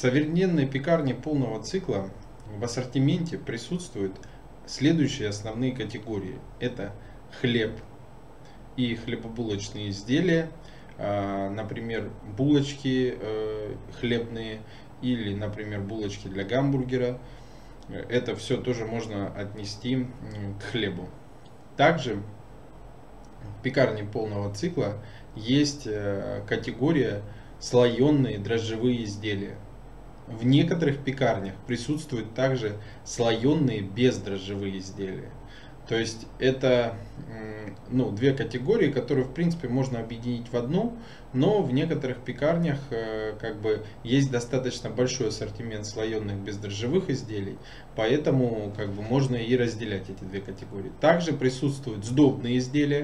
современной пекарне полного цикла в ассортименте присутствуют следующие основные категории. Это хлеб и хлебобулочные изделия, например, булочки хлебные или, например, булочки для гамбургера. Это все тоже можно отнести к хлебу. Также в пекарне полного цикла есть категория слоеные дрожжевые изделия. В некоторых пекарнях присутствуют также слоеные бездрожжевые изделия. То есть это две категории, которые в принципе можно объединить в одну, но в некоторых пекарнях есть достаточно большой ассортимент слоеных бездрожжевых изделий, поэтому можно и разделять эти две категории. Также присутствуют сдобные изделия,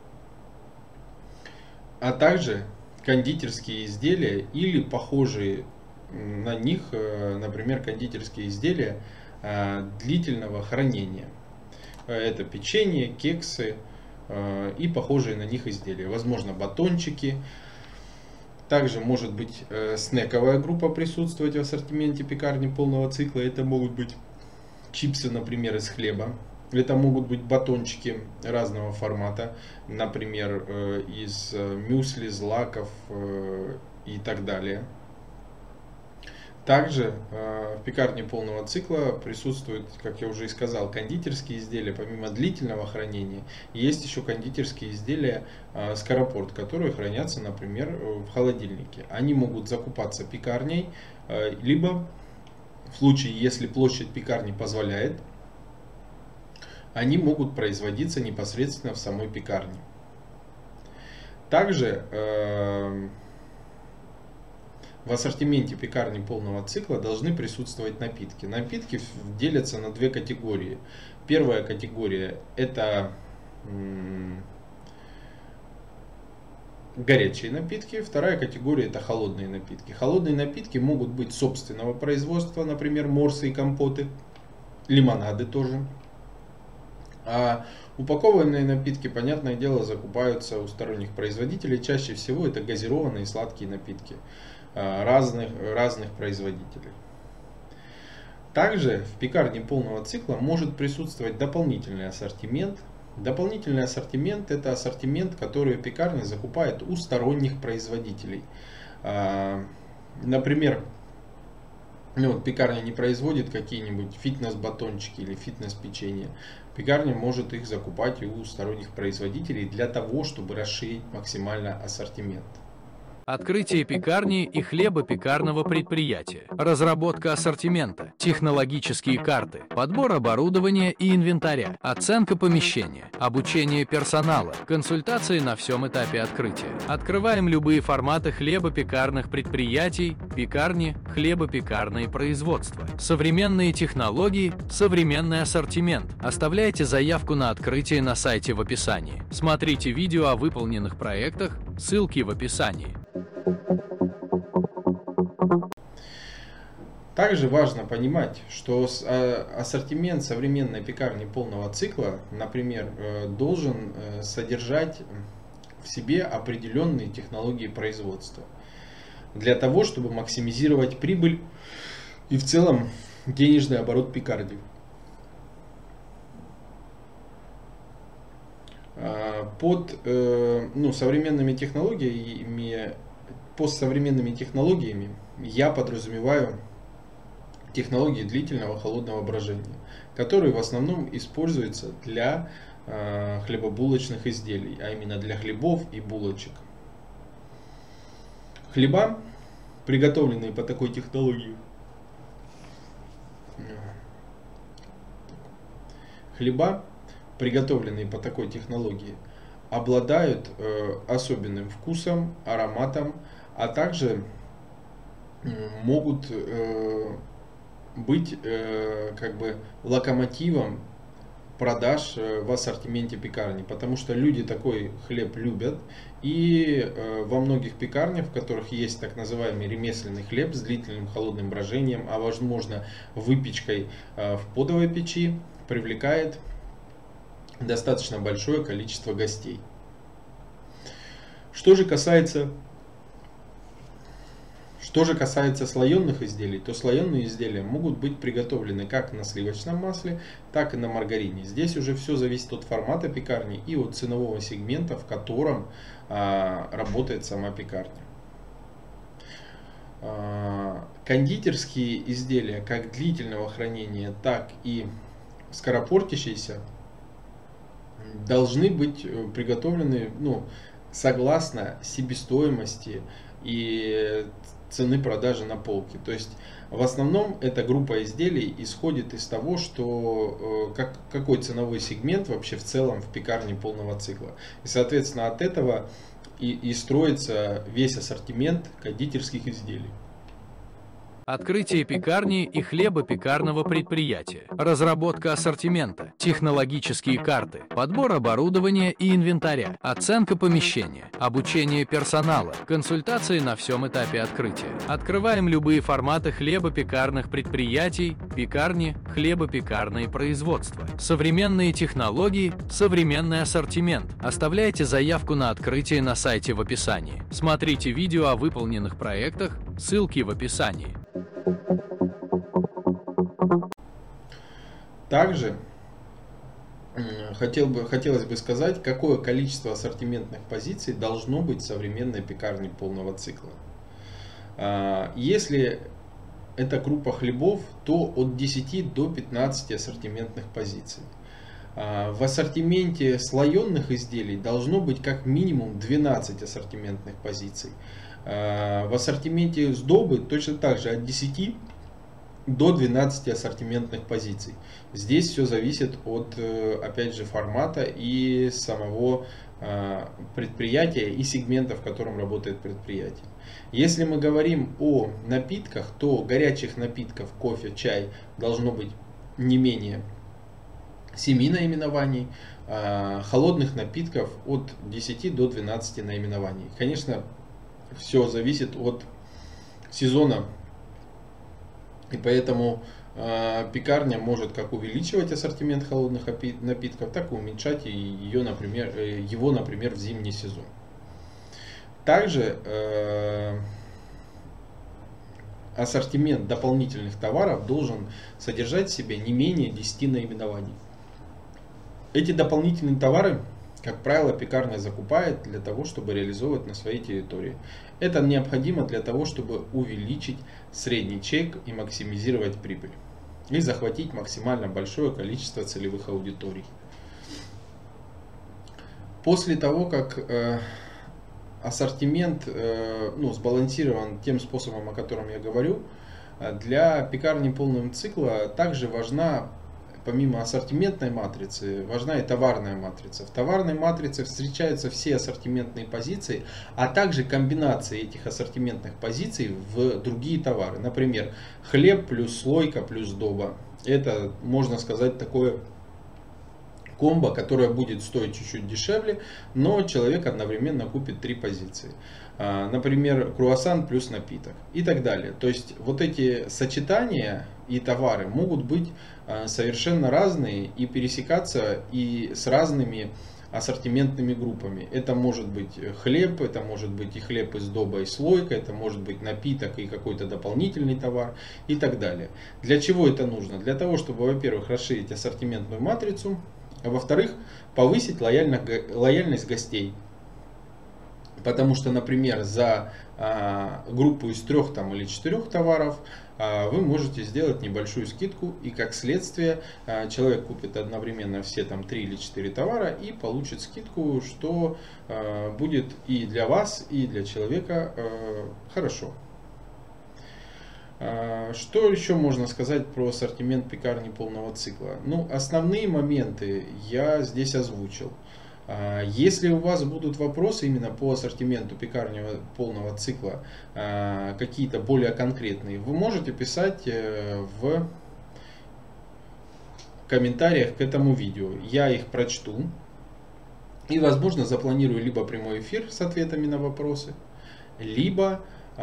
а также кондитерские изделия или похожие на них, например, кондитерские изделия длительного хранения. Это печенье, кексы и похожие на них изделия. Возможно, батончики. Также может быть снековая группа присутствовать в ассортименте пекарни полного цикла. Это могут быть чипсы, например, из хлеба. Это могут быть батончики разного формата, например, из мюсли, злаков и так далее. Также в пекарне полного цикла присутствуют, как я уже и сказал, кондитерские изделия. Помимо длительного хранения, есть еще кондитерские изделия скоропорт, которые хранятся, например, в холодильнике. Они могут закупаться пекарней, либо в случае, если площадь пекарни позволяет, они могут производиться непосредственно в самой пекарне. Также в ассортименте пекарни полного цикла должны присутствовать напитки. Напитки делятся на две категории. Первая категория – это горячие напитки. Вторая категория – это холодные напитки. Холодные напитки могут быть собственного производства, например, морсы и компоты, лимонады тоже. А упакованные напитки, понятное дело, закупаются у сторонних производителей. Чаще всего это газированные сладкие напитки разных производителей. Также в пекарне полного цикла может присутствовать дополнительный ассортимент. Дополнительный ассортимент – это ассортимент, который пекарня закупает у сторонних производителей. Например, пекарня не производит какие-нибудь фитнес-батончики или фитнес-печенье. Пекарня может их закупать и у сторонних производителей для того, чтобы расширить максимально ассортимент. Открытие пекарни и хлебопекарного предприятия, разработка ассортимента, технологические карты, подбор оборудования и инвентаря, оценка помещения, обучение персонала, консультации на всем этапе открытия. Открываем любые форматы хлебопекарных предприятий, пекарни, хлебопекарные производства. Современные технологии, современный ассортимент. Оставляйте заявку на открытие на сайте в описании. Смотрите видео о выполненных проектах, ссылки в описании. Также важно понимать, что ассортимент современной пекарни полного цикла, например, должен содержать в себе определенные технологии производства для того, чтобы максимизировать прибыль и в целом денежный оборот пекарни. Под современными технологиями, постсовременными технологиями я подразумеваю технологии длительного холодного брожения, которые в основном используются для хлебобулочных изделий, а именно для хлебов и булочек. Хлеба, приготовленные по такой технологии, обладают особенным вкусом, ароматом, а также могут быть локомотивом продаж в ассортименте пекарни, потому что люди такой хлеб любят, и во многих пекарнях, в которых есть так называемый ремесленный хлеб с длительным холодным брожением, а возможно выпечкой в подовой печи, привлекает достаточно большое количество гостей. Что же касается Что же касается слоеных изделий, то слоеные изделия могут быть приготовлены как на сливочном масле, так и на маргарине. Здесь уже все зависит от формата пекарни и от ценового сегмента, в котором работает сама пекарня. Кондитерские изделия как длительного хранения, так и скоропортящиеся должны быть приготовлены согласно себестоимости и цены продажи на полке. То есть в основном эта группа изделий исходит из того, что какой ценовой сегмент вообще в целом в пекарне полного цикла. И соответственно от этого и строится весь ассортимент кондитерских изделий. Открытие пекарни и хлебопекарного предприятия, разработка ассортимента, технологические карты, подбор оборудования и инвентаря, оценка помещения, обучение персонала, консультации на всем этапе открытия. Открываем любые форматы хлебопекарных предприятий, пекарни, хлебопекарные производства. Современные технологии, современный ассортимент. Оставляйте заявку на открытие на сайте в описании. Смотрите видео о выполненных проектах, ссылки в описании. Также хотелось бы сказать, какое количество ассортиментных позиций должно быть в современной пекарне полного цикла. Если это группа хлебов, то от 10 до 15 ассортиментных позиций. В ассортименте слоеных изделий должно быть как минимум 12 ассортиментных позиций. В ассортименте сдобы точно так же от 10 до 12 ассортиментных позиций. Здесь все зависит от, опять же, формата и самого предприятия и сегмента, в котором работает предприятие. Если мы говорим о напитках, то горячих напитков, кофе, чай должно быть не менее 7 наименований, холодных напитков от 10 до 12 наименований. Конечно, все зависит от сезона, и поэтому пекарня может как увеличивать ассортимент холодных напитков, так и уменьшать его, например, в зимний сезон. Также ассортимент дополнительных товаров должен содержать в себе не менее 10 наименований. Эти дополнительные товары, как правило, пекарня закупает для того, чтобы реализовывать на своей территории. Это необходимо для того, чтобы увеличить средний чек и максимизировать прибыль. И захватить максимально большое количество целевых аудиторий. После того, как ассортимент сбалансирован тем способом, о котором я говорю, для пекарни полного цикла также важна, помимо ассортиментной матрицы, важна и товарная матрица. В товарной матрице встречаются все ассортиментные позиции, а также комбинации этих ассортиментных позиций в другие товары. Например, хлеб плюс слойка плюс сдоба. Это, можно сказать, такое комбо, которое будет стоить чуть-чуть дешевле, но человек одновременно купит 3 позиции. Например, круассан плюс напиток и так далее. То есть вот эти сочетания и товары могут быть совершенно разные и пересекаться и с разными ассортиментными группами. Это может быть хлеб, это может быть и хлеб и сдоба и слойка, это может быть напиток и какой-то дополнительный товар и так далее. Для чего это нужно? Для того, чтобы, во-первых, расширить ассортиментную матрицу, а во-вторых, повысить лояльность гостей. Потому что, например, за группу из 3 или 4 товаров вы можете сделать небольшую скидку, и как следствие человек купит одновременно все 3 или 4 товара и получит скидку, что будет и для вас, и для человека хорошо. Что еще можно сказать про ассортимент пекарни полного цикла? Основные моменты я здесь озвучил. Если у вас будут вопросы именно по ассортименту пекарни полного цикла, какие-то более конкретные, вы можете писать в комментариях к этому видео. Я их прочту и, возможно, запланирую либо прямой эфир с ответами на вопросы, либо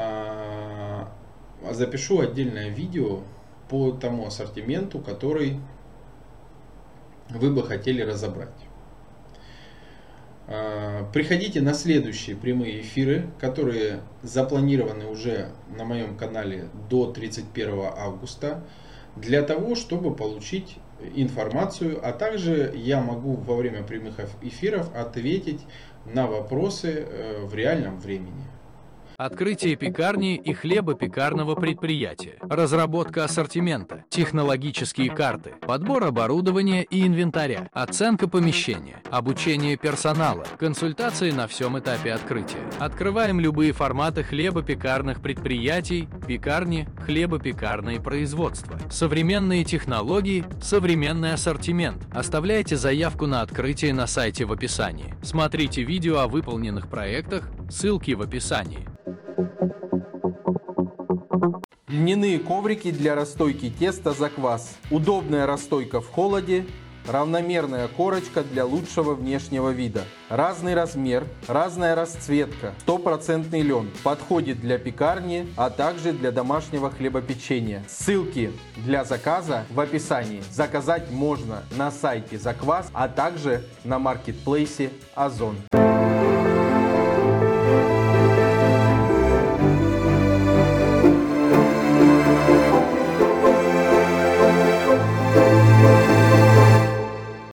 запишу отдельное видео по тому ассортименту, который вы бы хотели разобрать. Приходите на следующие прямые эфиры, которые запланированы уже на моем канале до 31 августа, для того, чтобы получить информацию, а также я могу во время прямых эфиров ответить на вопросы в реальном времени. Открытие пекарни и хлебопекарного предприятия, разработка ассортимента, технологические карты, подбор оборудования и инвентаря, оценка помещения, обучение персонала, консультации на всем этапе открытия. Открываем любые форматы хлебопекарных предприятий, пекарни, хлебопекарные производства. Современные технологии, современный ассортимент. Оставляйте заявку на открытие на сайте в описании. Смотрите видео о выполненных проектах, ссылки в описании. Льняные коврики для расстойки теста за квас. Удобная расстойка в холоде. Равномерная корочка для лучшего внешнего вида. Разный размер, разная расцветка. 100% лен. Подходит для пекарни, а также для домашнего хлебопечения. Ссылки для заказа в описании. Заказать можно на сайте Заквас, а также на маркетплейсе Озон.